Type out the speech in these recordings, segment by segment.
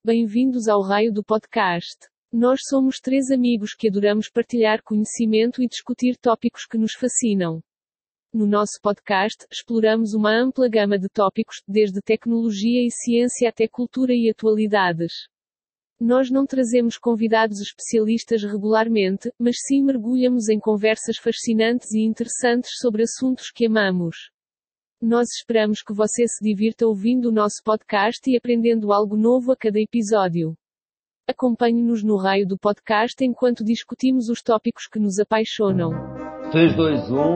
Bem-vindos ao Raio do Podcast. Nós somos três amigos que adoramos partilhar conhecimento e discutir tópicos que nos fascinam. No nosso podcast, exploramos uma ampla gama de tópicos, desde tecnologia e ciência até cultura e atualidades. Nós não trazemos convidados especialistas regularmente, mas sim mergulhamos em conversas fascinantes e interessantes sobre assuntos que amamos. Nós esperamos que você se divirta ouvindo o nosso podcast e aprendendo algo novo a cada episódio. Acompanhe-nos no Raio do Podcast enquanto discutimos os tópicos que nos apaixonam. 3, 2, 1.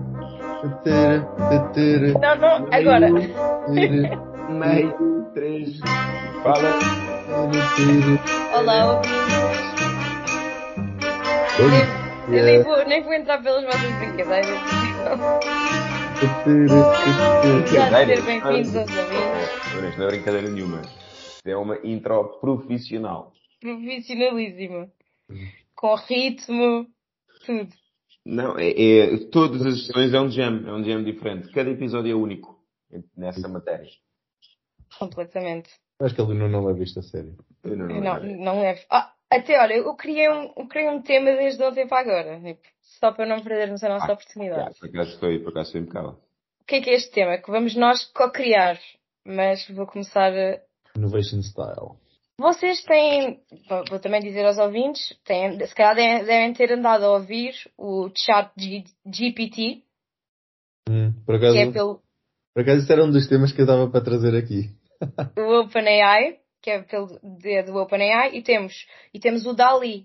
Não, agora. Meio, 3. Fala. Olá, ouvintes. Eu nem vou entrar pelas vossas brincadeiras. Já de ser bem-vindos aos ouvintes. Isto não é brincadeira nenhuma. Isto é uma intro profissional. Profissionalíssima. Com ritmo, tudo. Não, todas as sessões é um jam diferente. Cada episódio é único nessa matéria. Completamente. Acho que ele não leva isto a sério. Não leve. Até olha, eu criei um tema desde ontem para agora. Só para não perdermos a nossa oportunidade. Por acaso foi impecável. O que é este tema? Que vamos nós co-criar. Mas vou começar... Innovation Style. Vocês têm, vou também dizer aos ouvintes, se calhar devem ter andado a ouvir o chat GPT. Por acaso, que é pelo... Por acaso isso era um dos temas que eu dava para trazer aqui. O OpenAI, que é do OpenAI, e temos o DALL-E,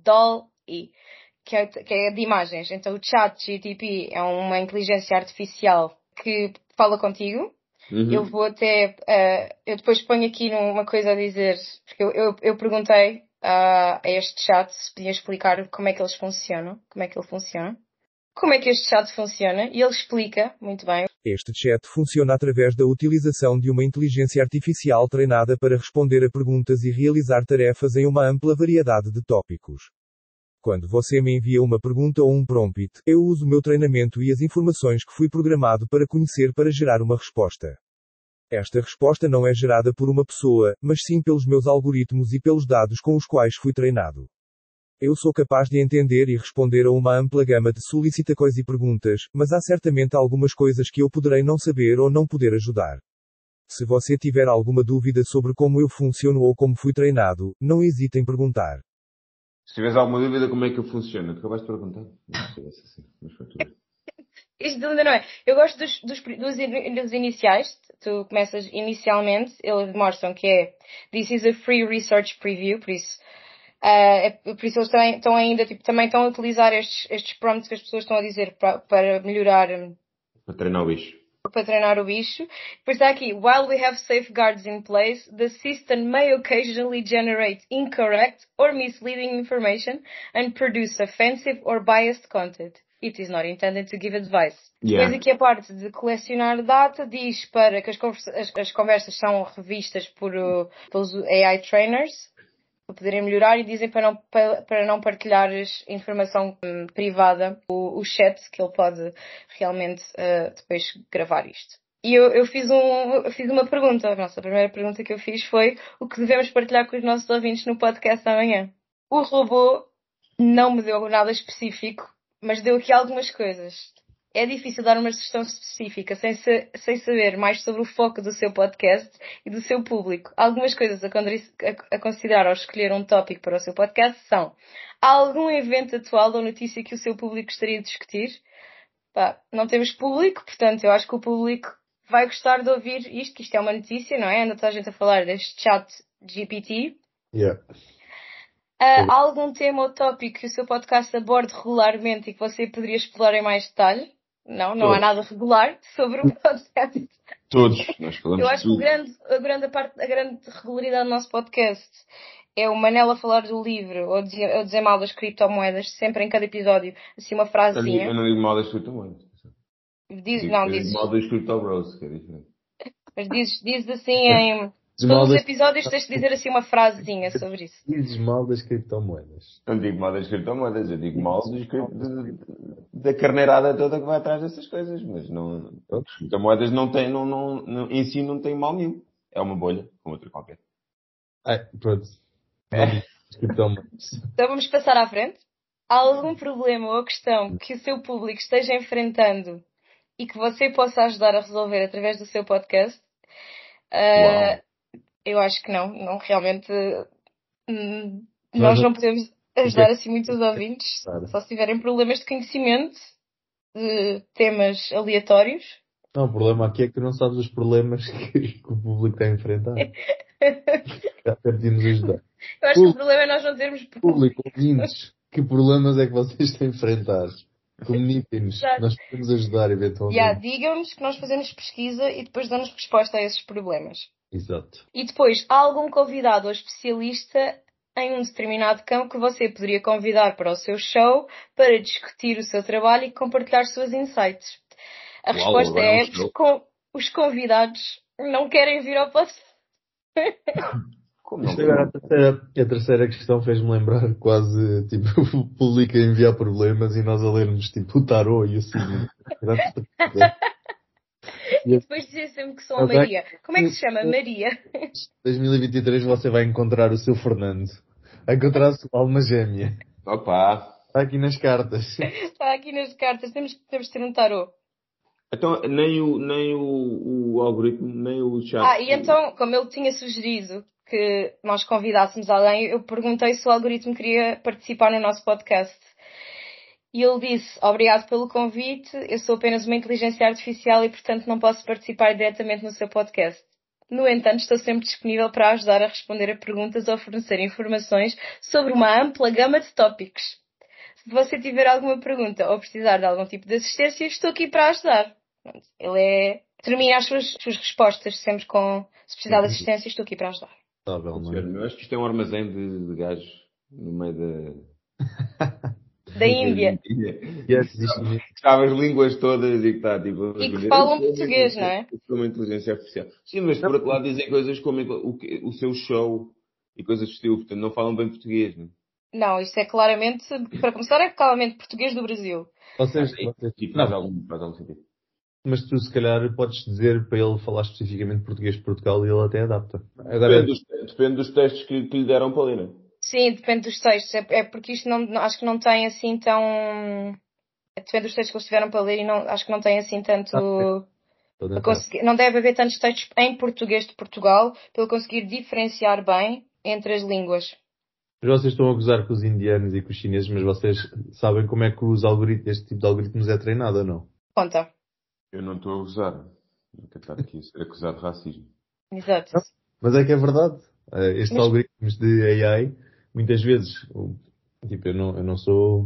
que é de imagens. Então o chat GPT é uma inteligência artificial que fala contigo. Uhum. Eu vou até... eu depois ponho aqui uma coisa a dizer, porque eu perguntei a este chat se podia explicar como é que eles funcionam, como é que este chat funciona, e ele explica muito bem. Este chat funciona através da utilização de uma inteligência artificial treinada para responder a perguntas e realizar tarefas em uma ampla variedade de tópicos. Quando você me envia uma pergunta ou um prompt, eu uso o meu treinamento e as informações que fui programado para conhecer para gerar uma resposta. Esta resposta não é gerada por uma pessoa, mas sim pelos meus algoritmos e pelos dados com os quais fui treinado. Eu sou capaz de entender e responder a uma ampla gama de solicitações e perguntas, mas há certamente algumas coisas que eu poderei não saber ou não poder ajudar. Se você tiver alguma dúvida sobre como eu funciono ou como fui treinado, não hesite em perguntar. Se tiveres alguma dúvida como é que funciona, tu acabaste de perguntar? Não sei se assim, mas foi tudo. Isto ainda não é. Eu gosto dos iniciais. Tu começas inicialmente, eles mostram que é This is a free research preview, por isso eles estão ainda, também estão a utilizar estes prompts que as pessoas estão a dizer para melhorar... Para treinar o bicho. Para treinar o bicho. Depois está aqui, while we have safeguards in place, the system may occasionally generate incorrect or misleading information and produce offensive or biased content. It is not intended to give advice. Yeah. Depois aqui a parte de colecionar data diz para que as conversas são revistas pelos AI trainers para poderem melhorar, e dizem para não partilhar informação privada, o chat, que ele pode realmente depois gravar isto. E eu fiz uma pergunta. A nossa primeira pergunta que eu fiz foi o que devemos partilhar com os nossos ouvintes no podcast amanhã. O robô não me deu nada específico, mas deu aqui algumas coisas. É difícil dar uma sugestão específica sem saber mais sobre o foco do seu podcast e do seu público. Algumas coisas a considerar ao escolher um tópico para o seu podcast são: há algum evento atual ou notícia que o seu público gostaria de discutir? Não temos público, portanto eu acho que o público vai gostar de ouvir isto, que isto é uma notícia, não é? Anda toda a gente a falar deste chat GPT. Yeah. Há algum tema ou tópico que o seu podcast aborde regularmente e que você poderia explorar em mais detalhe? Não há nada regular sobre o podcast. Todos. Nós falamos. Eu acho que a grande regularidade do nosso podcast é o Manel a falar do livro ou dizer mal das criptomoedas, sempre em cada episódio, assim uma frasezinha. Eu não digo mal das criptomoedas. Diz mal das cripto-bros, que é diferente. Mas diz assim em... Todos os episódios tens de dizer assim uma frasezinha sobre isso. Dizes mal das criptomoedas. Não digo mal das criptomoedas, eu digo mal da carneirada toda que vai atrás dessas coisas. Mas não, as criptomoedas em si não têm mal nenhum. É uma bolha, como outra qualquer. Ai, pronto. Não digo criptomoedas. Então vamos passar à frente. Há algum problema ou questão que o seu público esteja enfrentando e que você possa ajudar a resolver através do seu podcast? Uau. Eu acho que não. Não, realmente, hum, Nós nós não não podemos ajudar assim muito os ouvintes. Claro. Só se tiverem problemas de conhecimento de temas aleatórios. Não, o problema aqui é que tu não sabes os problemas que o público está a enfrentar. Já pedimos ajudar. Eu acho que o problema é nós não termos... Público, ouvintes, que problemas é que vocês estão a enfrentar? Comuniquem-nos. Exato. Nós podemos ajudar eventualmente. Yeah, digam-nos que nós fazemos pesquisa e depois damos resposta a esses problemas. Exato. E depois, há algum convidado ou especialista em um determinado campo que você poderia convidar para o seu show para discutir o seu trabalho e compartilhar suas insights? A Uau, resposta agora é é um show. os convidados não querem vir ao podcast. Como não? Isto agora, a terceira questão fez-me lembrar quase, tipo, o público a enviar problemas e nós a lermos, tipo, o tarô e assim. E depois dizer sempre que sou a Ok. Maria. Como é que se chama? Maria. 2023 você vai encontrar o seu Fernando. Vai encontrar a sua alma gêmea. Opa. Está aqui nas cartas. Está aqui nas cartas. Temos de ter um tarô. Então, nem o algoritmo, nem o chat. E então, como ele tinha sugerido que nós convidássemos alguém, eu perguntei se o algoritmo queria participar no nosso podcast. E ele disse, obrigado pelo convite, eu sou apenas uma inteligência artificial e, portanto, não posso participar diretamente no seu podcast. No entanto, estou sempre disponível para ajudar a responder a perguntas ou fornecer informações sobre uma ampla gama de tópicos. Se você tiver alguma pergunta ou precisar de algum tipo de assistência, estou aqui para ajudar. Ele termina as suas respostas sempre com, se precisar de assistência, estou aqui para ajudar. Estável, não é? Eu acho que isto é um armazém de gajos no meio Da Índia. Sabe as línguas todas e que está tipo. E que falam português, não é? Como inteligência artificial. Sim, mas por outro lado dizem coisas como o seu show e coisas do estilo, portanto não falam bem português, não é? Não, isso é claramente, para começar, é claramente português do Brasil. Vocês, Tipo, faz algum sentido. mas tu se calhar podes dizer para ele falar especificamente português de Portugal e ele até adapta. Agora, Depende dos testes que lhe deram para ler, não é? Sim, depende dos textos. É porque isto acho que não tem assim tão... Depende dos textos que eles tiveram para ler e acho que não tem assim tanto... para conseguir, não deve haver tantos textos em português de Portugal para ele conseguir diferenciar bem entre as línguas. Mas vocês estão a gozar com os indianos e com os chineses, mas vocês sabem como é que este tipo de algoritmos é treinado ou não? Conta. Eu não estou a usar. Não quero estar aqui a ser acusado de racismo. Exato. Não, mas é que é verdade. Estes algoritmos de AI, muitas vezes, tipo, eu não sou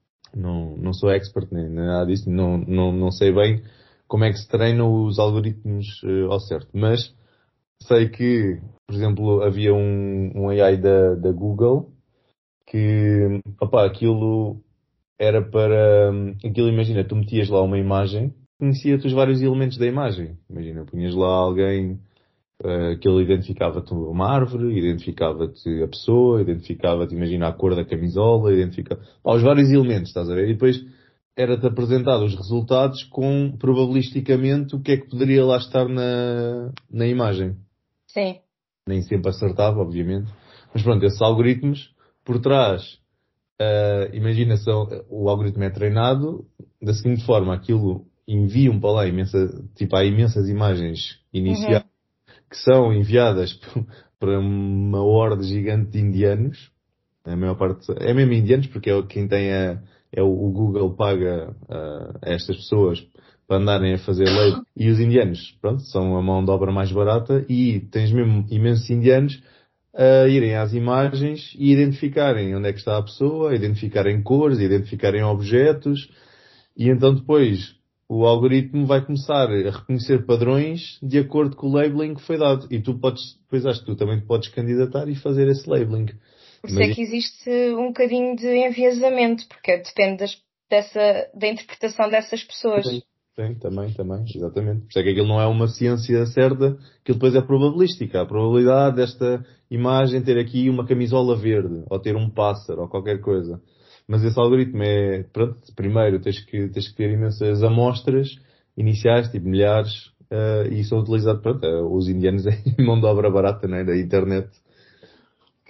expert nem nada disso, não sei bem como é que se treinam os algoritmos ao certo, mas sei que, por exemplo, havia um AI da Google que, aquilo era para, aquilo imagina, tu metias lá uma imagem, conhecia-te os vários elementos da imagem. Imagina, punhas lá alguém, que ele identificava-te uma árvore, identificava-te a pessoa, identificava-te, imagina, a cor da camisola, os vários elementos, estás a ver? E depois era-te apresentado os resultados com, probabilisticamente, o que é que poderia lá estar na imagem. Sim. Nem sempre acertava, obviamente. Mas pronto, esses algoritmos, por trás, imagina só, o algoritmo é treinado da seguinte forma, aquilo enviam para lá há imensas imagens iniciais que são enviadas para uma horde gigante de indianos. A maior parte é mesmo indianos, porque quem tem o Google paga a estas pessoas para andarem a fazer lei. E os indianos, pronto, são a mão de obra mais barata e tens mesmo imensos indianos a irem às imagens e identificarem onde é que está a pessoa, identificarem cores, identificarem objetos e então depois o algoritmo vai começar a reconhecer padrões de acordo com o labeling que foi dado. E tu depois acho que tu também te podes candidatar e fazer esse labeling. Por isso é que existe um bocadinho de enviesamento, porque depende da interpretação dessas pessoas. Sim, também, exatamente. Por isso é que aquilo não é uma ciência certa, aquilo depois é probabilística. A probabilidade desta imagem ter aqui uma camisola verde, ou ter um pássaro, ou qualquer coisa. Mas esse algoritmo primeiro tens que ter imensas amostras iniciais, tipo milhares, e são utilizados, os indianos em mão de obra barata, né, da internet.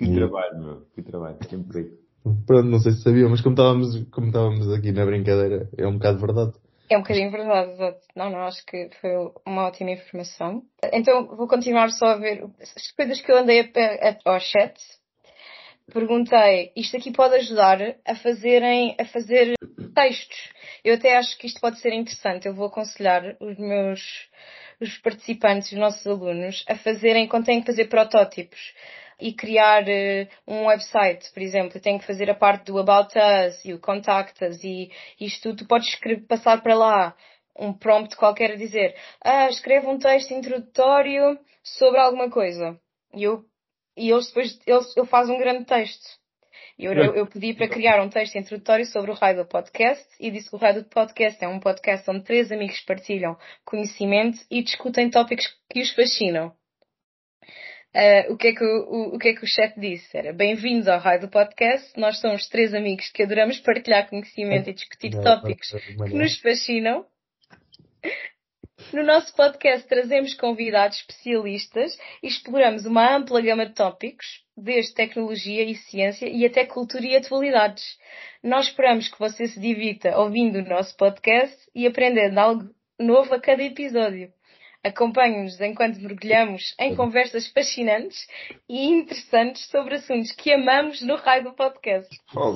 Que trabalho, meu. Que trabalho. Que emprego. Pronto, não sei se sabiam, mas como estávamos aqui na brincadeira, é um bocado verdade. É um bocadinho verdade, exato. Não, acho que foi uma ótima informação. Então vou continuar só a ver as coisas que eu andei ao chat. Perguntei, isto aqui pode ajudar a fazer textos. Eu até acho que isto pode ser interessante. Eu vou aconselhar os participantes, os nossos alunos, a fazerem, quando têm que fazer protótipos e criar um website, por exemplo, têm que fazer a parte do About Us e o Contact Us e isto tu podes passar para lá um prompt qualquer a dizer, escreve um texto introdutório sobre alguma coisa. E eles depois, ele faz um grande texto. Eu pedi para criar um texto introdutório sobre o Raio do Podcast e disse que o Raio do Podcast é um podcast onde 3 amigos partilham conhecimento e discutem tópicos que os fascinam. O que é que o chat disse? Era, bem-vindos ao Raio do Podcast, nós somos 3 amigos que adoramos partilhar conhecimento e discutir tópicos que nos fascinam. No nosso podcast trazemos convidados especialistas e exploramos uma ampla gama de tópicos, desde tecnologia e ciência e até cultura e atualidades. Nós esperamos que você se divirta ouvindo o nosso podcast e aprendendo algo novo a cada episódio. Acompanhe-nos enquanto mergulhamos em conversas fascinantes e interessantes sobre assuntos que amamos no raio do podcast.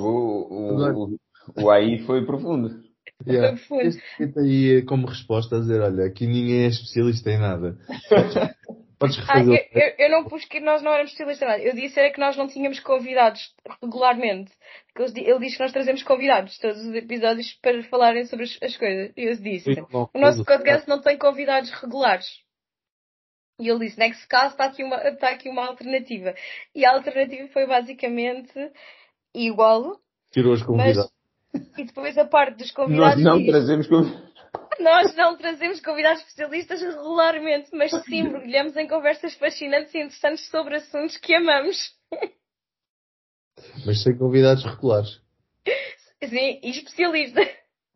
O AI foi profundo. Yeah. Este aí como resposta a dizer, olha, aqui ninguém é especialista em nada. Podes refazer. Eu não pus que nós não éramos especialistas em nada. Eu disse era que nós não tínhamos convidados regularmente. Ele diz que nós trazemos convidados todos os episódios para falarem sobre as coisas. E eu disse, o nosso podcast não tem convidados regulares. E ele disse, nesse caso está aqui uma alternativa. E a alternativa foi basicamente igual. Tirou os convidados. E depois a parte dos convidados. Nós não trazemos convidados especialistas regularmente, mas sim mergulhamos em conversas fascinantes e interessantes sobre assuntos que amamos. Mas sem convidados regulares. Sim, e especialistas.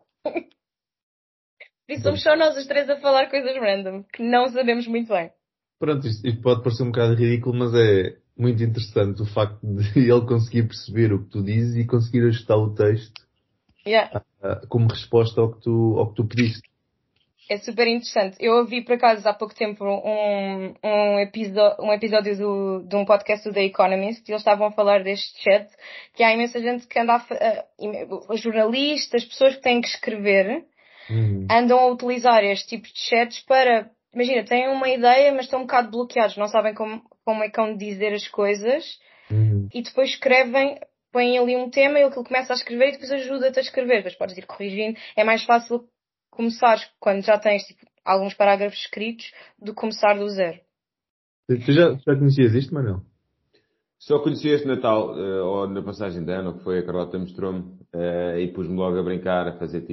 E somos só nós os 3 a falar coisas random, que não sabemos muito bem. Pronto, isto pode parecer um bocado ridículo, mas é muito interessante o facto de ele conseguir perceber o que tu dizes e conseguir ajustar o texto como resposta ao que tu pediste. É super interessante. Eu ouvi, por acaso, há pouco tempo um episódio de um podcast do The Economist e eles estavam a falar deste chat, que há imensa gente que anda os jornalistas, pessoas que têm que escrever, andam a utilizar este tipo de chats para, imagina, têm uma ideia, mas estão um bocado bloqueados, não sabem como é que vão dizer as coisas, e depois escrevem, põem ali um tema e ele começa a escrever e depois ajuda-te a escrever. Depois podes ir corrigindo. É mais fácil começares quando já tens alguns parágrafos escritos do que começar do zero. Tu já conhecias isto, Manuel? Só conheci este Natal, ou na passagem de ano, que foi a Carlota mostrou-me, e pus-me logo a brincar, a fazer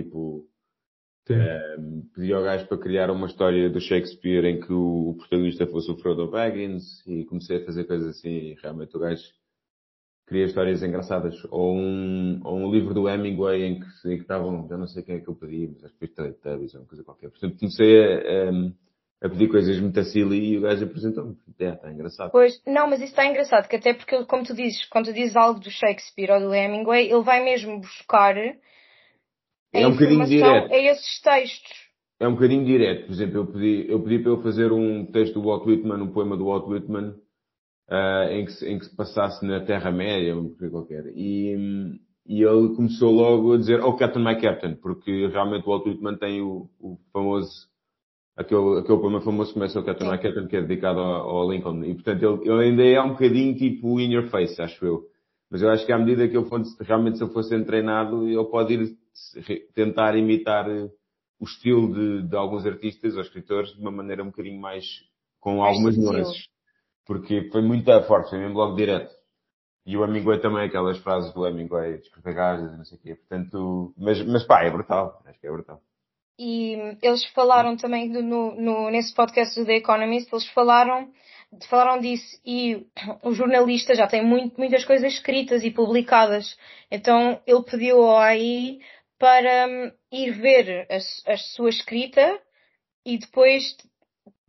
pedi ao gajo para criar uma história do Shakespeare em que o protagonista fosse o Frodo Baggins e comecei a fazer coisas assim e realmente o gajo cria histórias engraçadas. Ou um livro do Hemingway em que estavam, já não sei quem é que eu pedi, mas acho que foi Teletubbies ou uma coisa qualquer. Portanto, comecei a pedir coisas muito silly e o gajo apresentou-me. Está engraçado. Pois, não, mas isso está engraçado, que até porque, como tu dizes, quando tu dizes algo do Shakespeare ou do Hemingway, ele vai mesmo buscar a informação a esses textos. É um bocadinho direto. Por exemplo, eu pedi para ele fazer um texto do Walt Whitman, um poema do Walt Whitman, em que se passasse na Terra-média, uma coisa qualquer. E ele começou logo a dizer, oh Captain, my Captain, porque realmente o Walt Whitman tem o famoso, aquele poema famoso que começa o Captain, my Captain, que é dedicado ao Lincoln. E portanto ele ainda é um bocadinho tipo in your face, acho eu. Mas eu acho que à medida que ele realmente se ele fosse treinado, ele pode ir tentar imitar o estilo de alguns artistas ou escritores de uma maneira um bocadinho mais, com algumas nuances. Porque foi muito forte, foi mesmo logo direto. E o Hemingway também, aquelas frases do Hemingway, de escrever gajas e não sei o quê. Portanto, mas pá, é brutal. Acho que é brutal. E eles falaram também nesse podcast do The Economist, eles falaram disso e o jornalista já tem muitas coisas escritas e publicadas. Então ele pediu ao AI para ir ver a sua escrita e depois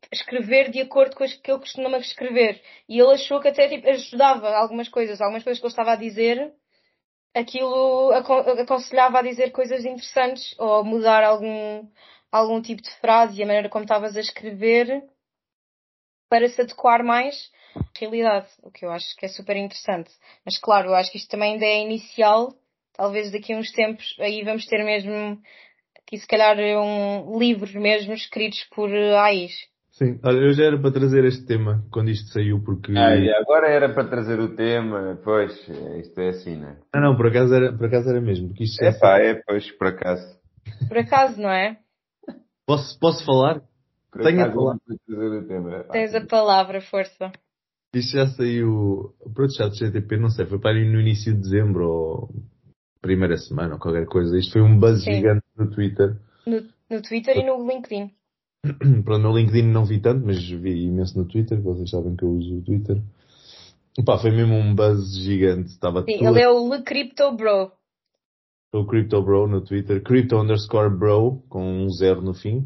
escrever de acordo com as que ele costuma escrever. E ele achou que até tipo, ajudava algumas coisas que ele estava a dizer, aquilo aconselhava a dizer coisas interessantes ou mudar algum tipo de frase e a maneira como estavas a escrever para se adequar mais à realidade, o que eu acho que é super interessante. Mas claro, eu acho que isto também ainda é inicial, talvez daqui a uns tempos aí vamos ter mesmo aqui se calhar livros mesmo escritos por AIs. Sim, olha, eu já era para trazer este tema quando isto saiu, porque... E agora era para trazer o tema, pois, isto é assim, né? Não, por acaso era mesmo, porque isto já Pois, por acaso. Por acaso, não é? Posso falar? Por Tenho a acaso falar. vamos trazer o tema. Tens a palavra, força. Isto já saiu, pronto, chat GTP, não sei, foi para aí no início de dezembro ou primeira semana ou qualquer coisa. Isto foi um buzz gigante no Twitter. No Twitter e no LinkedIn. Pronto, no LinkedIn não vi tanto, mas vi imenso no Twitter, vocês sabem que eu uso o Twitter. Pá, foi mesmo um buzz gigante. Estava Sim, tudo ele é o Le Crypto Bro. o Crypto Bro no Twitter, Crypto_Bro, com um zero no fim.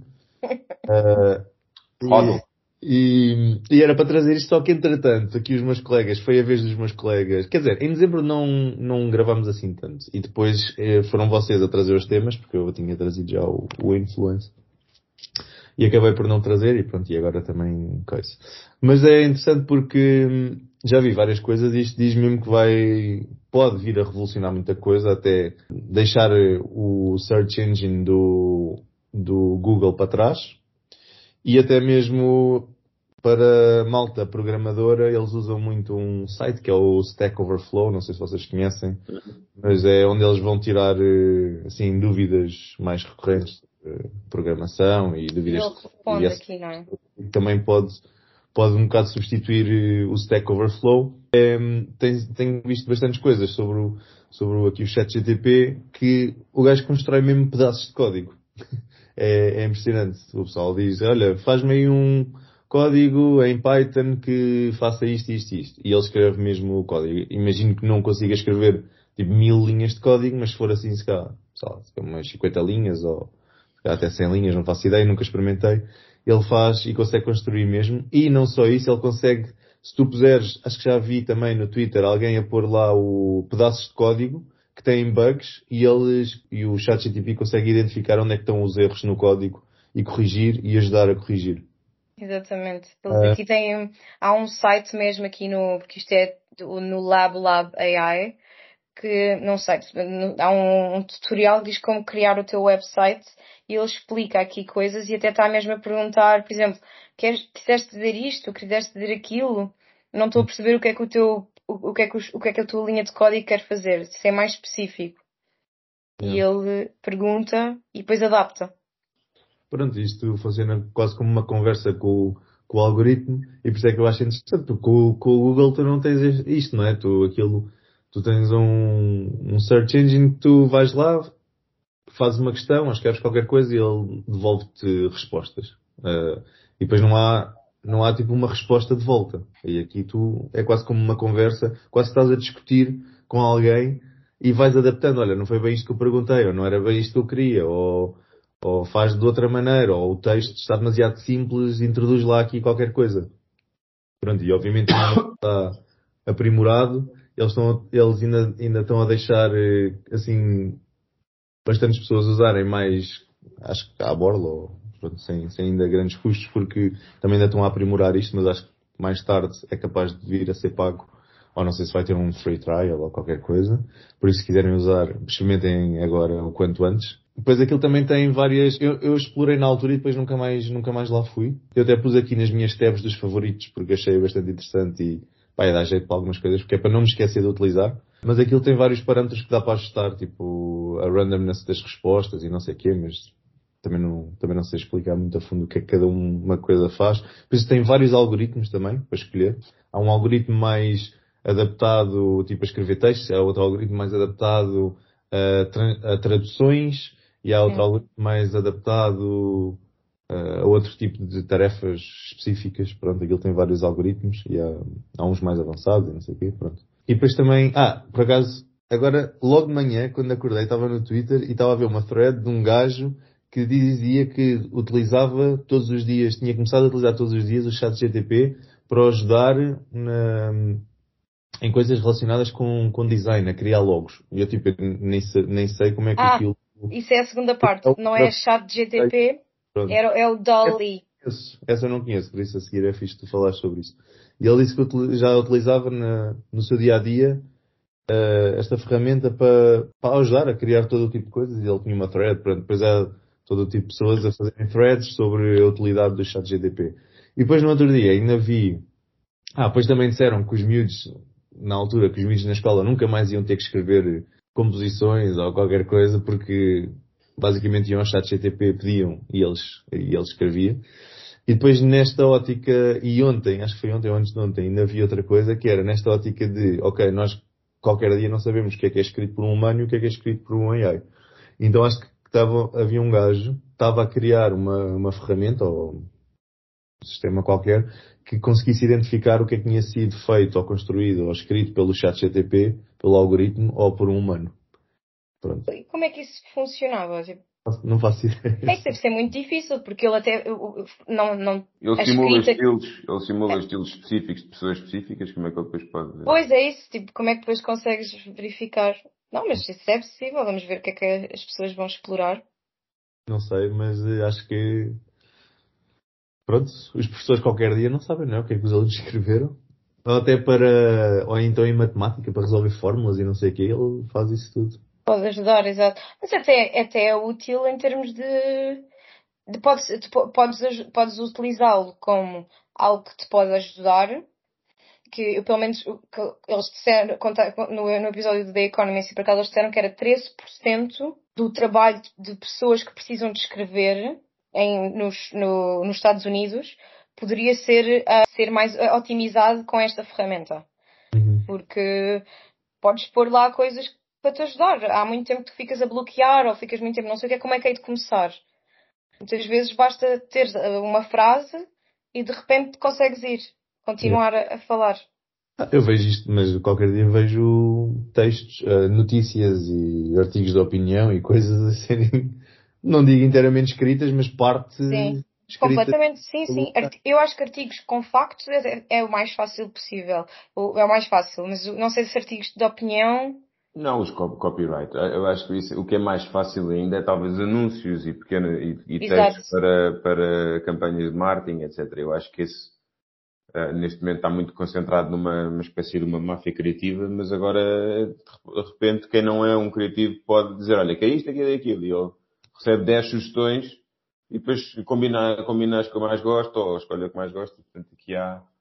Rodo. E era para trazer isto, só que entretanto, aqui os meus colegas, foi a vez dos meus colegas, quer dizer, em dezembro não gravamos assim tanto, e depois foram vocês a trazer os temas, porque eu tinha trazido já o Influence, e acabei por não trazer, e pronto, e agora também coisa. Mas é interessante porque já vi várias coisas, e isto diz mesmo que pode vir a revolucionar muita coisa, até deixar o search engine do Google para trás, e até mesmo para malta programadora, eles usam muito um site que é o Stack Overflow, não sei se vocês conhecem, mas é onde eles vão tirar assim dúvidas mais recorrentes de programação e dúvidas. Ele responde aqui, não é? Também pode um bocado substituir o Stack Overflow. Tenho visto bastantes coisas sobre aqui o ChatGPT, que o gajo constrói mesmo pedaços de código. É impressionante. O pessoal diz, olha, faz-me aí um código em Python que faça isto, isto e isto. E ele escreve mesmo o código. Imagino que não consiga escrever tipo 1000 linhas de código, mas se for assim, se calhar umas 50 linhas ou se calhar até 100 linhas, não faço ideia, nunca experimentei. Ele faz e consegue construir mesmo. E não só isso, ele consegue, se tu puseres, acho que já vi também no Twitter, alguém a pôr lá o pedaços de código que têm bugs e o ChatGPT consegue identificar onde é que estão os erros no código e corrigir e ajudar a corrigir. Exatamente. Aqui há um site mesmo aqui porque isto é no Lab AI, que não sei, há um tutorial que diz como criar o teu website e ele explica aqui coisas e até está mesmo a perguntar, por exemplo, quiseste dizer isto, quiseste dizer aquilo, não estou a perceber o que é que a tua linha de código quer fazer, se é mais específico. E ele pergunta e depois adapta. Pronto, isto funciona quase como uma conversa com o algoritmo e por isso é que eu acho interessante, porque com o Google tu não tens isto, não é? Tu tens um search engine que tu vais lá, fazes uma questão, escreves qualquer coisa e ele devolve-te respostas. E depois não há tipo uma resposta de volta. E aqui é quase como uma conversa, quase estás a discutir com alguém e vais adaptando. Olha, não foi bem isto que eu perguntei, ou não era bem isto que eu queria, ou faz de outra maneira, ou o texto está demasiado simples, introduz lá aqui qualquer coisa. Pronto, e obviamente não está aprimorado, eles ainda estão a deixar, assim, bastantes pessoas usarem mais, acho que à borla, ou pronto, sem ainda grandes custos, porque também ainda estão a aprimorar isto, mas acho que mais tarde é capaz de vir a ser pago, ou não sei se vai ter um free trial ou qualquer coisa. Por isso, se quiserem usar, experimentem agora o quanto antes. Depois aquilo também tem várias, eu explorei na altura e depois nunca mais lá fui. Eu até pus aqui nas minhas tabs dos favoritos, porque achei bastante interessante e vai dar jeito para algumas coisas, porque é para não me esquecer de utilizar. Mas aquilo tem vários parâmetros que dá para ajustar, tipo a randomness das respostas e não sei o quê, mas também não sei explicar muito a fundo o que é que cada uma coisa faz. Por isso tem vários algoritmos também para escolher. Há um algoritmo mais adaptado, tipo a escrever textos, há outro algoritmo mais adaptado a traduções e há outro algoritmo mais adaptado a outro tipo de tarefas específicas. Pronto, aquilo tem vários algoritmos e há uns mais avançados e não sei o quê, pronto. E depois também, por acaso, agora, logo de manhã, quando acordei, estava no Twitter e estava a ver uma thread de um gajo que dizia que utilizava todos os dias, tinha começado a utilizar todos os dias o chat GTP para o ajudar em coisas relacionadas com design, a criar logos. E eu tipo, nem sei como é que aquilo... Isso é a segunda parte. Não é chat GTP, é o Dolly. Essa eu não conheço, por isso a seguir é fixe tu falar sobre isso. E ele disse que já utilizava no seu dia-a-dia esta ferramenta para ajudar a criar todo o tipo de coisas. E ele tinha uma thread, pronto, depois há todo o tipo de pessoas a fazerem threads sobre a utilidade do chat GTP. E depois no outro dia ainda vi... depois também disseram que os miúdos, na altura, que os miúdos na escola nunca mais iam ter que escrever composições ou qualquer coisa, porque basicamente iam ao chat GTP, pediam e ele escrevia. E depois nesta ótica, e ontem, acho que foi ontem ou antes de ontem, ainda vi outra coisa, que era nesta ótica de, ok, nós qualquer dia não sabemos o que é escrito por um humano e o que é escrito por um AI. Então acho que havia um gajo, estava a criar uma ferramenta, ou um sistema qualquer, que conseguisse identificar o que é que tinha sido feito, ou construído, ou escrito pelo chat GTP, pelo algoritmo, ou por um humano. Pronto. E como é que isso funcionava? Não faço ideia. Isso deve ser muito difícil, porque ele até não Ele simula estilos específicos de pessoas específicas, como é que ele depois pode... Pois é isso, tipo, como é que depois consegues verificar? Não, mas isso é possível, vamos ver o que é que as pessoas vão explorar. Não sei, mas acho que... Pronto, os professores qualquer dia não sabem, não é? O que é que os alunos escreveram. Ou então em matemática, para resolver fórmulas e não sei o quê, ele faz isso tudo. Pode ajudar, exato. Mas até é útil em termos podes utilizá-lo como algo que te pode ajudar, que eu, pelo menos que eles disseram no episódio do The Economist, por acaso eles disseram que era 13% do trabalho de pessoas que precisam de escrever nos Estados Unidos poderia ser mais otimizado com esta ferramenta. Porque podes pôr lá coisas para te ajudar. Há muito tempo que tu ficas a bloquear ou ficas muito tempo, não sei o que, como é que hei de começar. Muitas vezes basta ter uma frase e de repente consegues continuar a falar. Eu vejo isto, mas qualquer dia vejo textos, notícias e artigos de opinião e coisas a serem, não digo inteiramente escritas, mas parte Sim, escrita. completamente, sim. Eu acho que artigos com factos é o mais fácil possível. É o mais fácil, mas não sei se artigos de opinião... Não, os copyright. Eu acho que o que é mais fácil ainda é talvez anúncios e textos para campanhas de marketing, etc. Eu acho que esse, neste momento está muito concentrado numa espécie de uma máfia criativa, mas agora, de repente, quem não é um criativo pode dizer, olha, que é isto, aquilo e aquilo. E ele recebe 10 sugestões e depois combina as que eu mais gosto ou escolhe a que mais gosto. Portanto, aqui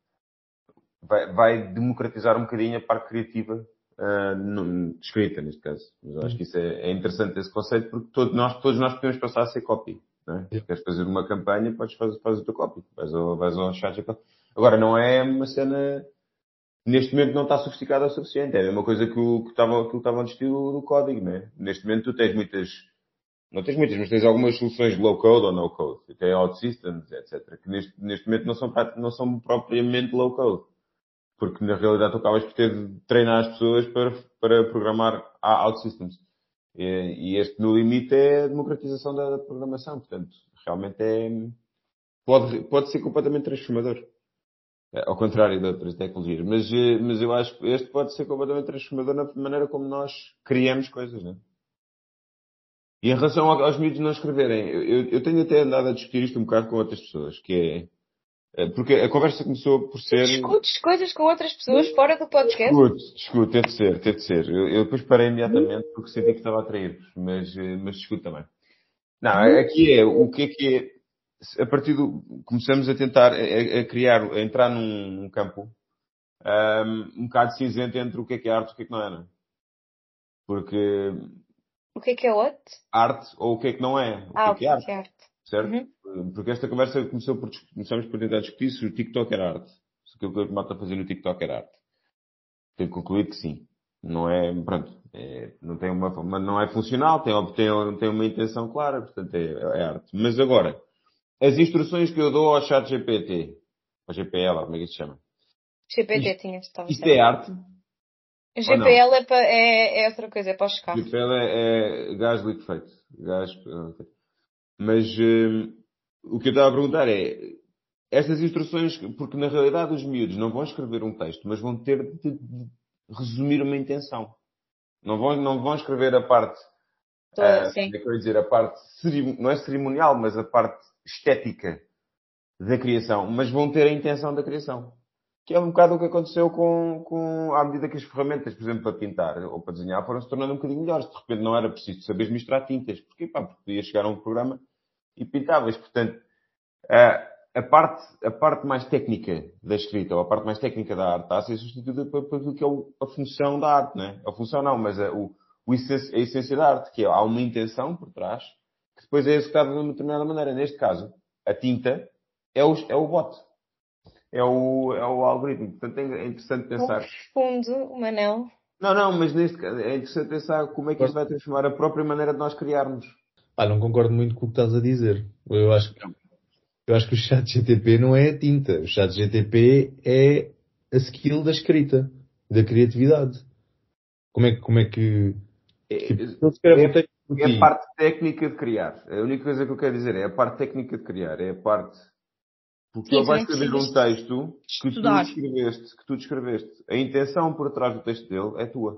vai democratizar um bocadinho a parte criativa escrita, neste caso. Mas eu acho que isso é interessante esse conceito, porque todos nós podemos passar a ser copy. Não é? Se queres fazer uma campanha, podes fazer o teu copy. Vais ao chat. Agora, não é uma cena... Neste momento não está sofisticada o suficiente. É a mesma coisa que estavam a discutir do código, não é? Neste momento tu tens não tens muitas, mas tens algumas soluções low code ou no code. Tem OutSystems, etc. Que neste momento não são propriamente low code. Porque na realidade tu acabas por ter de treinar as pessoas para programar OutSystems. E este, no limite, é a democratização da programação. Portanto, realmente pode ser completamente transformador. Ao contrário de outras tecnologias. Mas eu acho que este pode ser completamente transformador na maneira como nós criamos coisas, não é? E em relação aos miúdos não escreverem, eu tenho até andado a discutir isto um bocado com outras pessoas, que é... Porque a conversa começou por ser... Discutes coisas com outras pessoas fora do podcast? Discuto, teve de ser. Eu depois parei imediatamente porque senti que estava a trair-vos, mas discuto também. Não, aqui o que é... A partir começamos a tentar a entrar num campo um bocado cinzento entre o que é arte e o que não é, não é? Porque... O que é what? Arte ou o que não é. O que é arte. Certo? Porque esta conversa começamos por tentar discutir se o TikTok era arte. Se aquilo que o malta a fazer no TikTok era arte. Tenho concluído que sim. Não é, pronto, não é funcional, tem uma intenção clara, portanto é arte. Mas agora, as instruções que eu dou ao chat GPT, ao GPL, como é que se chama? GPT isto é arte? GPL é outra coisa, é para os carros. GPL é gás liquefeito. Mas o que eu estava a perguntar é, estas instruções, porque na realidade os miúdos não vão escrever um texto, mas vão ter de resumir uma intenção. Não vão escrever a parte, como é Sim. que eu ia dizer, a parte, não é cerimonial, mas a parte estética da criação, mas vão ter a intenção da criação. Que é um bocado o que aconteceu à medida que as ferramentas, por exemplo, para pintar ou para desenhar, foram se tornando um bocadinho melhores. De repente não era preciso saber misturar tintas. Porquê? Porque podia chegar a um programa e pintavas. Portanto, a parte mais técnica da escrita, ou a parte mais técnica da arte, está a ser substituída por aquilo que é a função da arte, não é? A função não, mas a essência da arte, que é, há uma intenção por trás, que depois é executada de uma determinada maneira. Neste caso, a tinta é o bot. É o algoritmo. Portanto, é interessante pensar. Profundo, Manel. Não, mas neste caso, é interessante pensar como é que isto vai transformar a própria maneira de nós criarmos. Não concordo muito com o que estás a dizer. Eu acho que o chat GTP não é a tinta. O chat GTP é a skill da escrita, da criatividade. Como é que... Tipo, ele escreve o texto por É ti. a parte técnica de criar. A única coisa que eu quero dizer é a parte técnica de criar. É a parte... Porque Sim, ele vai também escrever um precisas texto que estudar. tu descreveste. A intenção por trás do texto dele é tua.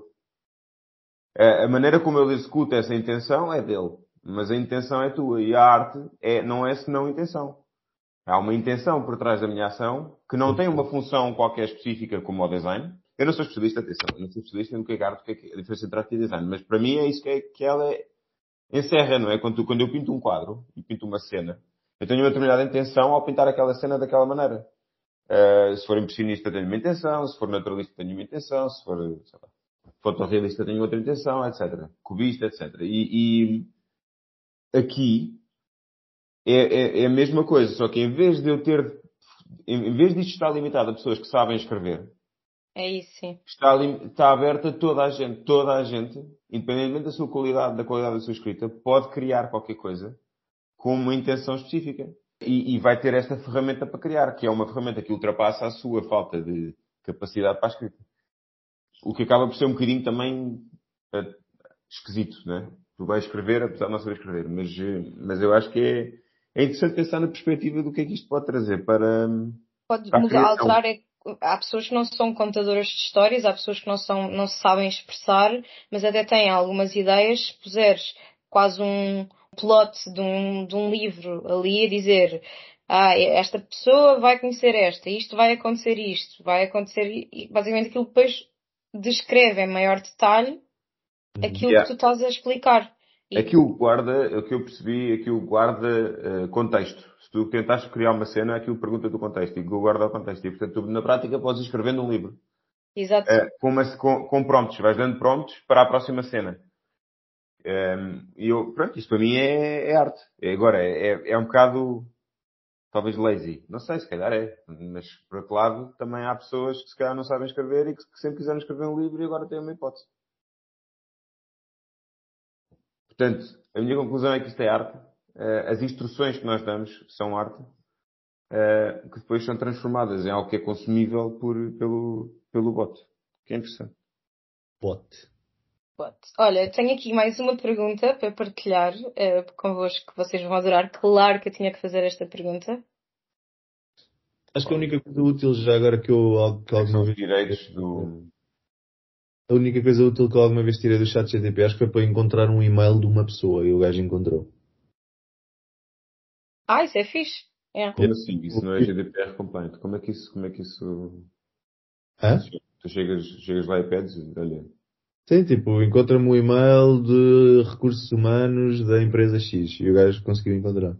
A maneira como ele executa essa intenção é dele. Mas a intenção é tua. E a arte não é senão intenção. Há uma intenção por trás da minha ação que não tem uma função qualquer específica como o design. Eu não sou especialista, atenção, eu não sou especialista no que é arte, o que é a diferença entre arte e design. Mas para mim é isso que ela encerra, não é? Quando eu pinto um quadro e pinto uma cena, eu tenho uma determinada intenção ao pintar aquela cena daquela maneira. Se for impressionista, tenho uma intenção. Se for naturalista, tenho uma intenção. Se for, sei lá, fotorrealista, tenho outra intenção, etc. Cubista, etc. E aqui é a mesma coisa, só que em vez disto estar limitado a pessoas que sabem escrever, É isso, sim. está aberta a toda a gente, independentemente da qualidade da sua escrita, pode criar qualquer coisa com uma intenção específica. E vai ter esta ferramenta para criar, que é uma ferramenta que ultrapassa a sua falta de capacidade para a escrita. O que acaba por ser um bocadinho também esquisito, né? Tu vais escrever, apesar de não saber escrever, mas eu acho que é interessante pensar na perspectiva do que é que isto pode trazer Pode para a mudar, criação. alterar. Há pessoas que não são contadoras de histórias, há pessoas que não se sabem expressar, mas até têm algumas ideias. Se puseres quase um plot de um livro ali a dizer esta pessoa vai conhecer isto vai acontecer e basicamente aquilo depois descreve em maior detalhe aquilo que tu estás a explicar. Aquilo guarda, o que eu percebi, aquilo guarda contexto. Se tu tentaste criar uma cena, aquilo pergunta-te o contexto e aquilo guarda o contexto. E, portanto, tu, na prática, podes ir escrevendo um livro. Exato. Com prompts. Vais dando prompts para a próxima cena. Pronto, isso para mim é arte. Agora, é um bocado, talvez lazy. Não sei, se calhar é. Mas, por outro lado, também há pessoas que se calhar não sabem escrever e que sempre quiseram escrever um livro e agora têm uma hipótese. Portanto, a minha conclusão é que isto é arte. As instruções que nós damos são arte, que depois são transformadas em algo que é consumível pelo bot. Que é interessante. Bot. Olha, tenho aqui mais uma pergunta para partilhar convosco, que vocês vão adorar. Claro que eu tinha que fazer esta pergunta. Acho que a única coisa útil já agora que alguma vez... Direitos do... A única coisa útil que eu alguma vez tirei do chat GTP acho que foi para encontrar um e-mail de uma pessoa e o gajo encontrou. Isso é fixe. É. Como assim? Isso não é GDPR compliant. Como é que isso... Hã? Tu chegas lá e pedes, olha... Sim, tipo, encontra-me um e-mail de recursos humanos da empresa X e o gajo conseguiu encontrar.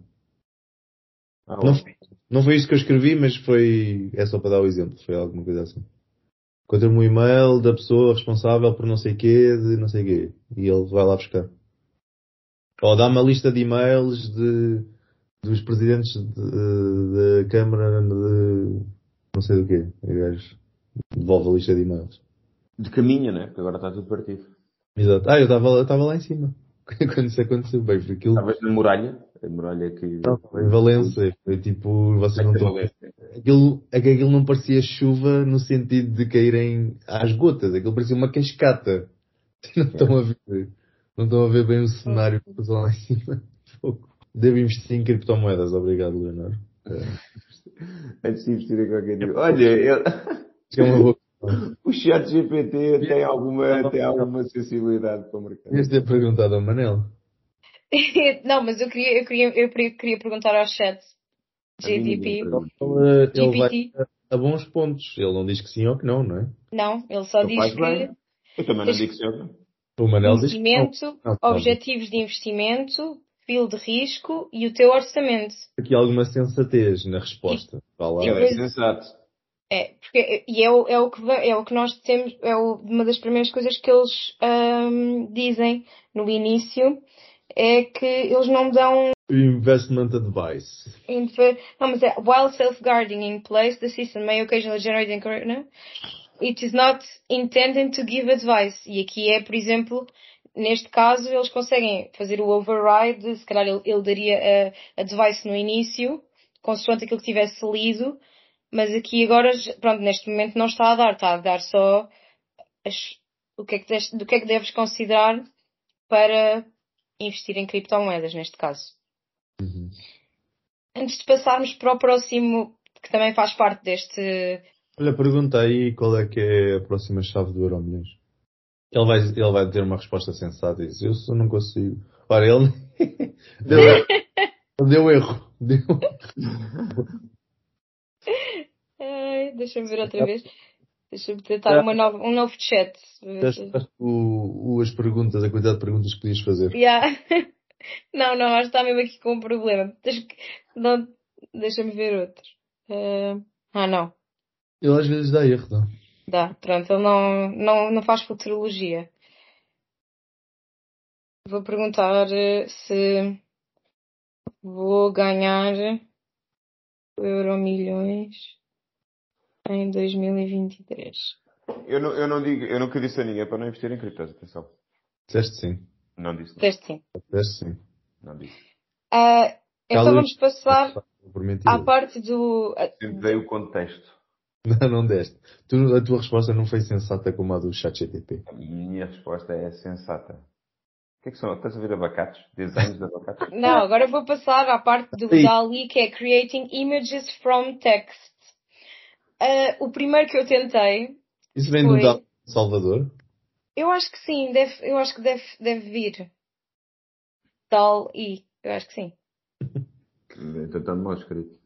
Não foi isso que eu escrevi, mas é só para dar o exemplo, foi alguma coisa assim. Encontra-me um e-mail da pessoa responsável por não sei quê, de não sei quê. E ele vai lá buscar. Ou dá uma lista de e-mails dos presidentes da Câmara de não sei do quê. E o gajo devolve a lista de e-mails. De caminho, né? Porque agora está tudo partido. Exato. Eu estava lá em cima. Quando isso aconteceu, bem, foi aquilo. Estavas na muralha. A muralha que... Não, em Valença. Foi tipo, vocês não estão... Aquilo não parecia chuva no sentido de caírem às gotas. Aquilo parecia uma cascata. Não estão a ver. Não estão a ver bem o cenário que passou lá em cima. Devo investir em criptomoedas. Obrigado, Leonor. Antes de investir em qualquer tipo. Olha, É uma boa questão. o chat GPT tem alguma sensibilidade para o mercado. Devias ter perguntado ao Manel. Não, mas eu queria perguntar ao chat A mim ninguém GDP. pergunta. Ele vai GPT. a bons pontos. Ele não diz que sim ou que não, não é? Não, ele só Então diz faz que bem. Eu também não digo que sim. O Manel diz que não. conhecimento, Não, objetivos de investimento, perfil de risco e o teu orçamento. aqui alguma sensatez na resposta. Vá lá. E Ele é depois- sensato. é o que nós temos, uma das primeiras coisas que eles dizem no início é que eles não dão Investment advice. não, mas é while safeguarding in place, the system may occasionally generate incorrect, não? It is not intended to give advice. E aqui é, por exemplo, neste caso, eles conseguem fazer o override, se calhar ele daria advice no início, consoante aquilo que tivesse lido, mas aqui agora, pronto, neste momento não está a dar só do que é que deves considerar para investir em criptomoedas, neste caso. Uhum. Antes de passarmos para o próximo, que também faz parte deste... Olha, pergunta aí qual é que é a próxima chave do Euromilhões. Ele vai ter uma resposta sensata e diz, eu só não consigo. Ora, ele deu erro. Ai, deixa-me ver outra vez. Deixa-me tentar um novo chat. Testaste as perguntas, a quantidade de perguntas que podias fazer. Yeah. Não, acho que está mesmo aqui com um problema. Deixa-me ver outro. Não. Ele às vezes dá erro, não? Dá, pronto, ele não faz futurologia. Vou perguntar se vou ganhar o Euromilhões em 2023. Eu nunca disse a ninguém para não investir em criptos, atenção. Disseste sim. Não disse. Deste sim. Disseste sim. Não disse. Então vamos passar Por mentira. à parte do... Sempre dei o contexto. Não deste. A tua resposta não foi sensata como a do ChatGPT. A minha resposta é sensata. O que é que são? Estás a ver abacates? Desenhos de abacates? Não, agora vou passar à parte do DALL-E, que é Creating Images from Text. O primeiro que eu tentei... Isso vem do DALL-E de Salvador? Eu acho que sim, eu acho que deve vir. DALL-E, eu acho que sim. Então está mal escrito.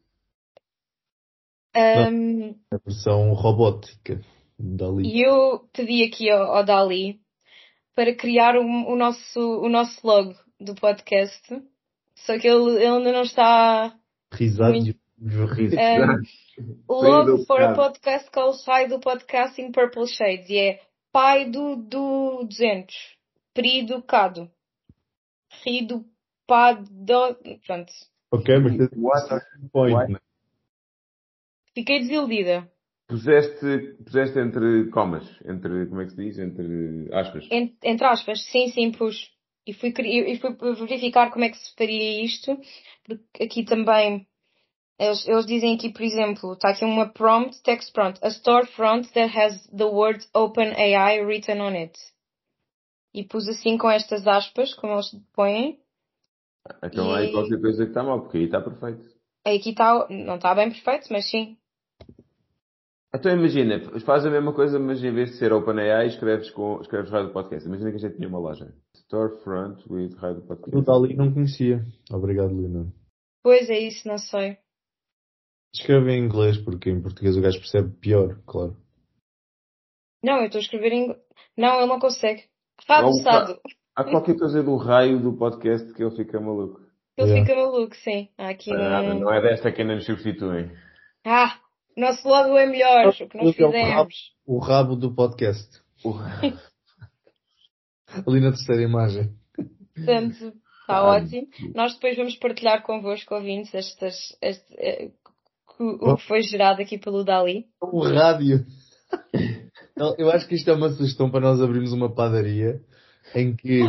A versão robótica DALL-E. E eu pedi aqui ao DALL-E para criar o nosso logo do podcast. Só que ele ainda não está... Risado. Logo for a podcast called Pai do Podcast in Purple Shades. E é pai do 200. Pri do Cado. Ri do Pá do... Pronto. Ok, mas tens um point, né? Fiquei desiludida. Puseste entre comas, como é que se diz? Entre aspas. Entre aspas, sim, pus. E fui verificar como é que se faria isto. Porque aqui também, eles dizem aqui, por exemplo, está aqui uma prompt, text prompt. A storefront that has the word OpenAI written on it. E pus assim com estas aspas, como eles põem. Então há aí qualquer coisa que está mal, porque aí está perfeito. Aqui está, não está bem perfeito, mas sim. Então imagina, faz a mesma coisa, mas em vez de ser OpenAI, escreves Rádio Podcast. Imagina que a gente tinha uma loja. Storefront with Rádio Podcast. O DALL-E não conhecia. Obrigado, Leonardo. Pois é isso, não sei. Escreve em inglês, porque em português o gajo percebe pior, claro. Não, eu estou a escrever em... Não, ele não consegue. Rabusado. Há qualquer coisa do raio do podcast que ele fica maluco. Ele fica maluco, sim. Há aqui Não é desta que ainda nos substituem. Nosso logo é melhor, o que nós fizemos. O rabo do podcast. Ali na terceira imagem. Portanto, está ótimo. Nós depois vamos partilhar convosco, ouvintes, o que foi gerado aqui pelo DALL-E. O rádio. Eu acho que isto é uma sugestão para nós abrirmos uma padaria em que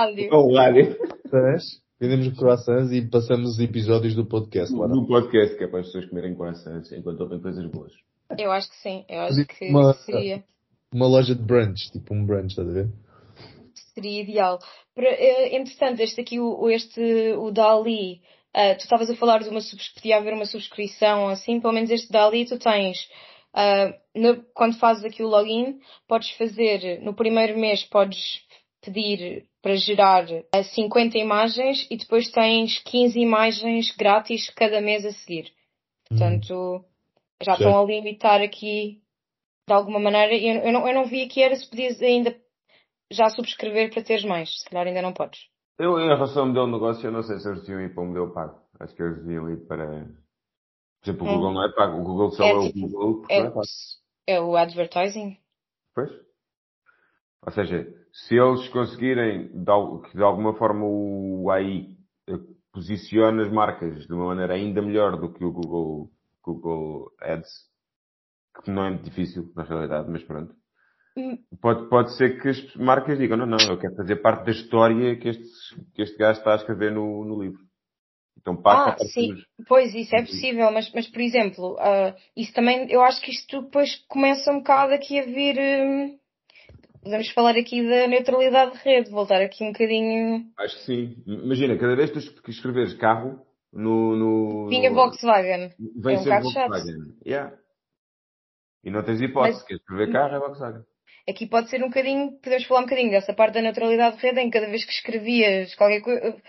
vendemos croissants e passamos os episódios do podcast lá. Do podcast, que é para as pessoas comerem croissants enquanto ouvem coisas boas. Eu acho que sim, eu acho que seria. Uma loja de brunch, tipo um brunch, estás a ver? Seria ideal. Entretanto, este aqui, o DALL-E, tu estavas a falar de podia haver uma subscrição assim, pelo menos este DALL-E tu tens, quando fazes aqui o login, podes fazer, no primeiro mês podes pedir para gerar 50 imagens e depois tens 15 imagens grátis cada mês a seguir. Portanto, já estão a limitar aqui de alguma maneira. Eu não vi aqui era se podias ainda já subscrever para teres mais. Se calhar ainda não podes. Eu, em relação ao modelo de negócio, eu não sei se eles deviam ir para um modelo pago. Acho que eles deviam ir para... Por exemplo, o Google não é pago. O Google só é o Google porque não é pago. É o advertising. Pois. Ou seja, se eles conseguirem, que de alguma forma o AI posicione as marcas de uma maneira ainda melhor do que o Google Ads, que não é difícil, na realidade, mas pronto. Pode ser que as marcas digam, não, eu quero fazer parte da história que este gajo está a escrever no livro. Então paga para sim. Pois, isso é possível, mas por exemplo, isso também, eu acho que isto depois começa um bocado aqui a vir, podemos falar aqui da neutralidade de rede, voltar aqui um bocadinho... Acho que sim. Imagina, cada vez que escreveres carro Vinha Volkswagen. Vem ser Volkswagen. Yeah. E não tens hipótese, queres escrever carro é Volkswagen. Aqui pode ser um bocadinho, podemos falar um bocadinho dessa parte da neutralidade de rede, em que cada vez que escrevias qualquer coisa,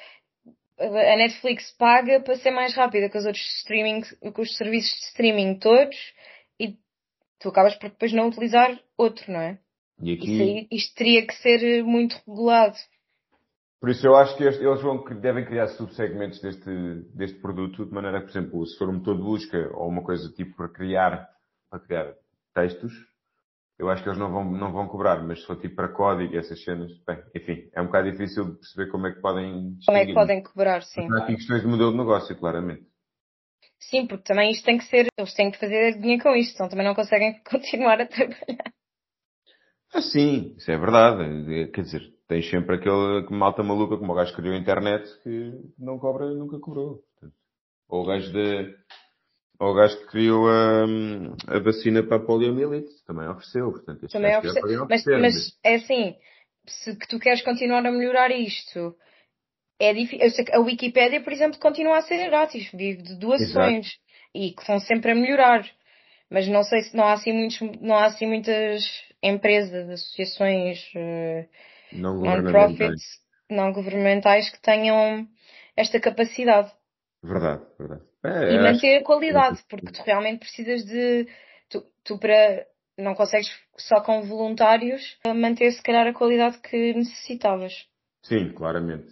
a Netflix paga para ser mais rápida que os outros com os serviços de streaming todos, e tu acabas por depois não utilizar outro, não é? E aqui... Isto teria que ser muito regulado. Por isso eu acho que eles devem criar subsegmentos deste produto, de maneira que, por exemplo, se for um motor de busca ou uma coisa tipo para criar textos, eu acho que eles não vão cobrar, mas se for tipo para código e essas cenas, bem, enfim, é um bocado difícil de perceber como é que podem distinguir. Como é que podem cobrar, sim. Há aqui questões de modelo de negócio, claramente. Sim, porque também isto tem que ser, eles têm que fazer dinheiro com isto, senão também não conseguem continuar a trabalhar. Sim, isso é verdade. Quer dizer, tens sempre aquele malta maluca, como o gajo que criou a internet, que não cobra, nunca cobrou. Ou o gajo que criou a vacina para a poliomielite, também ofereceu. Portanto, também ofereceu. Mas é assim, se que tu queres continuar a melhorar isto, é difícil. Eu sei que a Wikipédia, por exemplo, continua a ser grátis, vive de doações. Exato. E que vão sempre a melhorar. Mas não sei se não há assim muitas empresas, associações non-profits, não governamentais que tenham esta capacidade. Verdade. E manter a qualidade, porque tu realmente precisas de... Tu para... Não consegues só com voluntários manter se calhar a qualidade que necessitavas. Sim, claramente.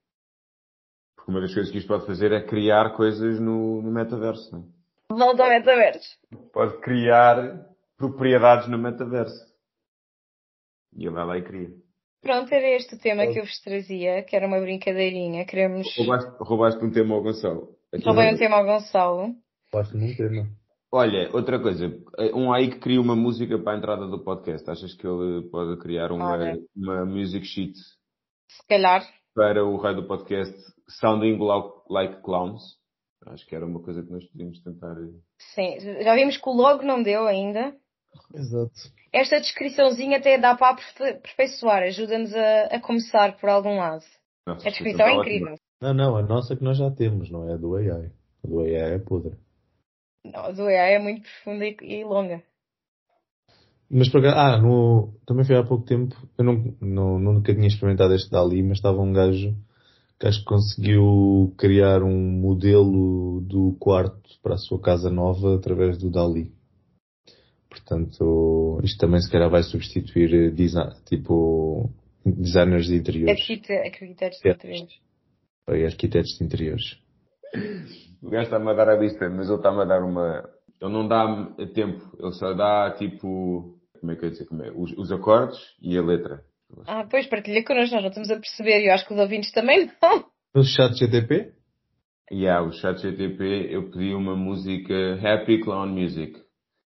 Porque uma das coisas que isto pode fazer é criar coisas no metaverso, não é? Volta ao metaverso. Pode criar propriedades no metaverso. E ele vai lá e cria. Pronto, era este o tema que eu vos trazia, que era uma brincadeirinha. Queremos... Roubaste um tema ao Gonçalo. Roubei um tema ao Gonçalo. Roubaste-me um tema. Olha, outra coisa. Um aí que cria uma música para a entrada do podcast. Achas que ele pode criar uma music sheet? Se calhar. Para o raio do podcast Sounding Like Clowns? Acho que era uma coisa que nós podíamos tentar... Sim, já vimos que o logo não deu ainda. Exato. Esta descriçãozinha até dá para aperfeiçoar. Ajuda-nos a começar por algum lado. Nossa, a descrição é incrível. Não, a nossa que nós já temos, não é a do AI. A do AI é podre. Não, a do AI é muito profunda e longa. Mas por acaso, também foi há pouco tempo, eu nunca tinha experimentado este DALL-E, mas estava um gajo que acho que conseguiu criar um modelo do quarto para a sua casa nova através do DALL-E. Portanto, isto também se calhar vai substituir designers de interiores. Arquitetos de interiores. Arquitetos de interiores. O gajo está-me a dar a lista, mas ele está-me a dar uma... Ele não dá tempo, ele só dá tipo... Como é que eu ia dizer? Os acordes e a letra. Pois, partilha connosco, nós não estamos a perceber e eu acho que os ouvintes também não. O chat GTP? O chat GTP, eu pedi uma música Happy Clown Music.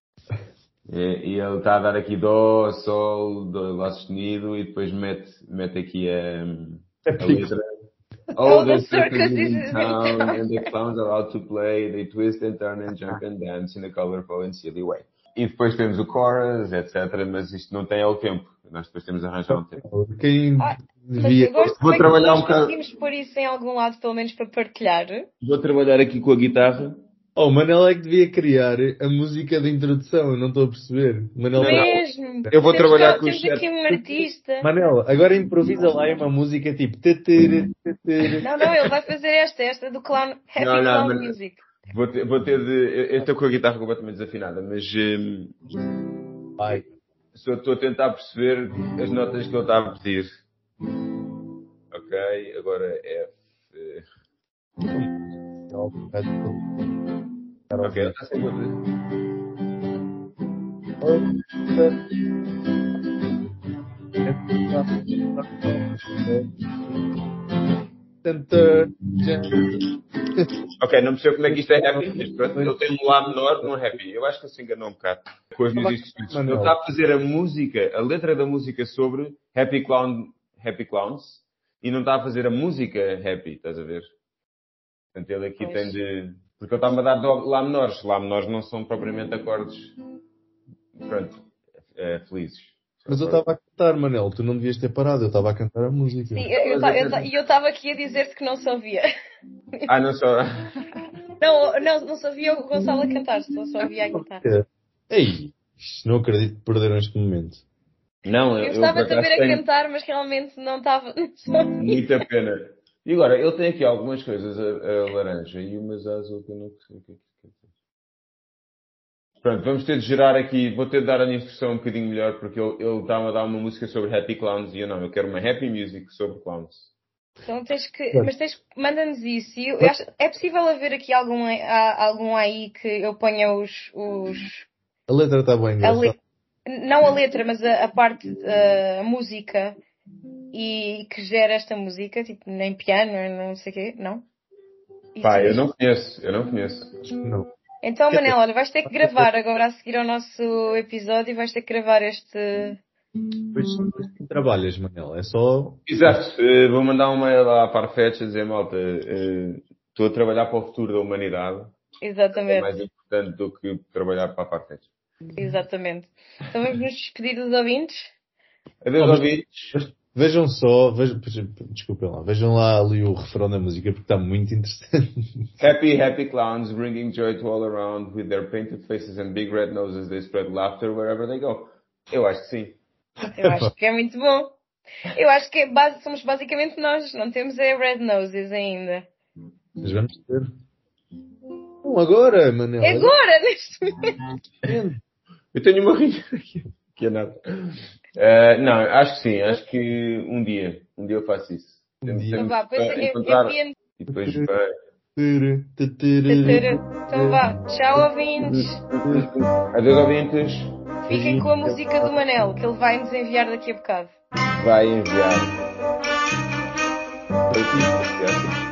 E ele está a dar aqui Dó, Sol, Dó, Lá sustenido e depois mete aqui a letra. Oh, the circus is in town and the clowns are out to play. They twist and turn and jump and dance in a colorful and silly way. E depois temos o chorus, etc. Mas isto não tem ao tempo. Nós depois temos a arranjar um tempo. Mas eu gosto Vou como é que trabalhar nós um bocado. conseguimos pôr isso em algum lado, pelo menos para partilhar. Vou trabalhar aqui com a guitarra. Oh, o Manel é que devia criar a música de introdução, eu não estou a perceber. Manel, Mesmo. Eu vou trabalhar com o Temos chat. aqui um artista. Manel, agora improvisa lá uma música tipo... Não, ele vai fazer esta do Clown, Happy Não, Clown mas- Music. Vou ter de. Eu estou com a guitarra completamente desafinada, mas Vai. só estou a tentar perceber as notas que ele está a pedir. Ok, agora F. Ok, ele está sempre a pedir. Ok, não percebo como é que isto é happy, mas pronto, ele tem um Lá menor no happy. Eu acho que ele se enganou um bocado com as minhas instruções. Ele está a fazer a música, a letra da música sobre Happy Clowns, e não está a fazer a música happy, estás a ver? Portanto, ele aqui Pois. tem de... Porque ele está-me a dar Lá menores. Lá menores não são propriamente acordes, pronto, felizes. Mas eu estava a cantar, Manel, tu não devias ter parado, eu estava a cantar a música. Sim, eu estava aqui a dizer-te que não se ouvia. Ah, não só... Não se ouvia o Gonçalo a cantar, só ouvia a guitarra. Ei, não acredito que perderam este momento. Não, Eu por estava-te a acaso ver a tenho cantar, mas realmente não estava. muita pena. E agora, ele tem aqui algumas coisas a laranja e umas a azul que eu não sei o que é que quer dizer. Pronto, vamos ter de gerar aqui, vou ter de dar a instrução um bocadinho melhor, porque ele está-me a dar uma música sobre Happy Clowns e eu não, eu quero uma Happy Music sobre Clowns. Então manda-nos isso. E eu acho, é possível haver aqui algum aí que eu ponha A letra está bem engraçada. não a letra, mas a parte, a música, e que gera esta música, tipo, nem piano, não sei o quê, não? Pá, eu Existe? não conheço. Não. Então, Manel, olha, vais ter que gravar agora a seguir ao nosso episódio e vais ter que gravar este. Depois trabalhas, Manel, é só... Exato, vou mandar um mail à Farfetch a dizer, malta, estou a trabalhar para o futuro da humanidade. É Exatamente, mais importante do que trabalhar para a Farfetch. exatamente. Então vamos nos despedir dos ouvintes. Adeus, ouvintes. Vejam só, desculpem lá, vejam lá ali o refrão da música porque está muito interessante. Happy clowns bringing joy to all around with their painted faces and big red noses they spread laughter wherever they go. Eu acho que sim. Eu acho que é muito bom. Eu acho que somos basicamente nós, não temos red noses ainda. Mas vamos ter. Não, agora, Manel. É agora, neste momento. Eu tenho uma rinha aqui. Que é nada. Não, acho que sim. Acho que um dia eu faço isso. Então vá, pois encontrar e depois vai. Então vá, tchau ouvintes. Adeus, ouvintes. Fiquem com a música do Manel, que ele vai nos enviar daqui a bocado. Vai enviar.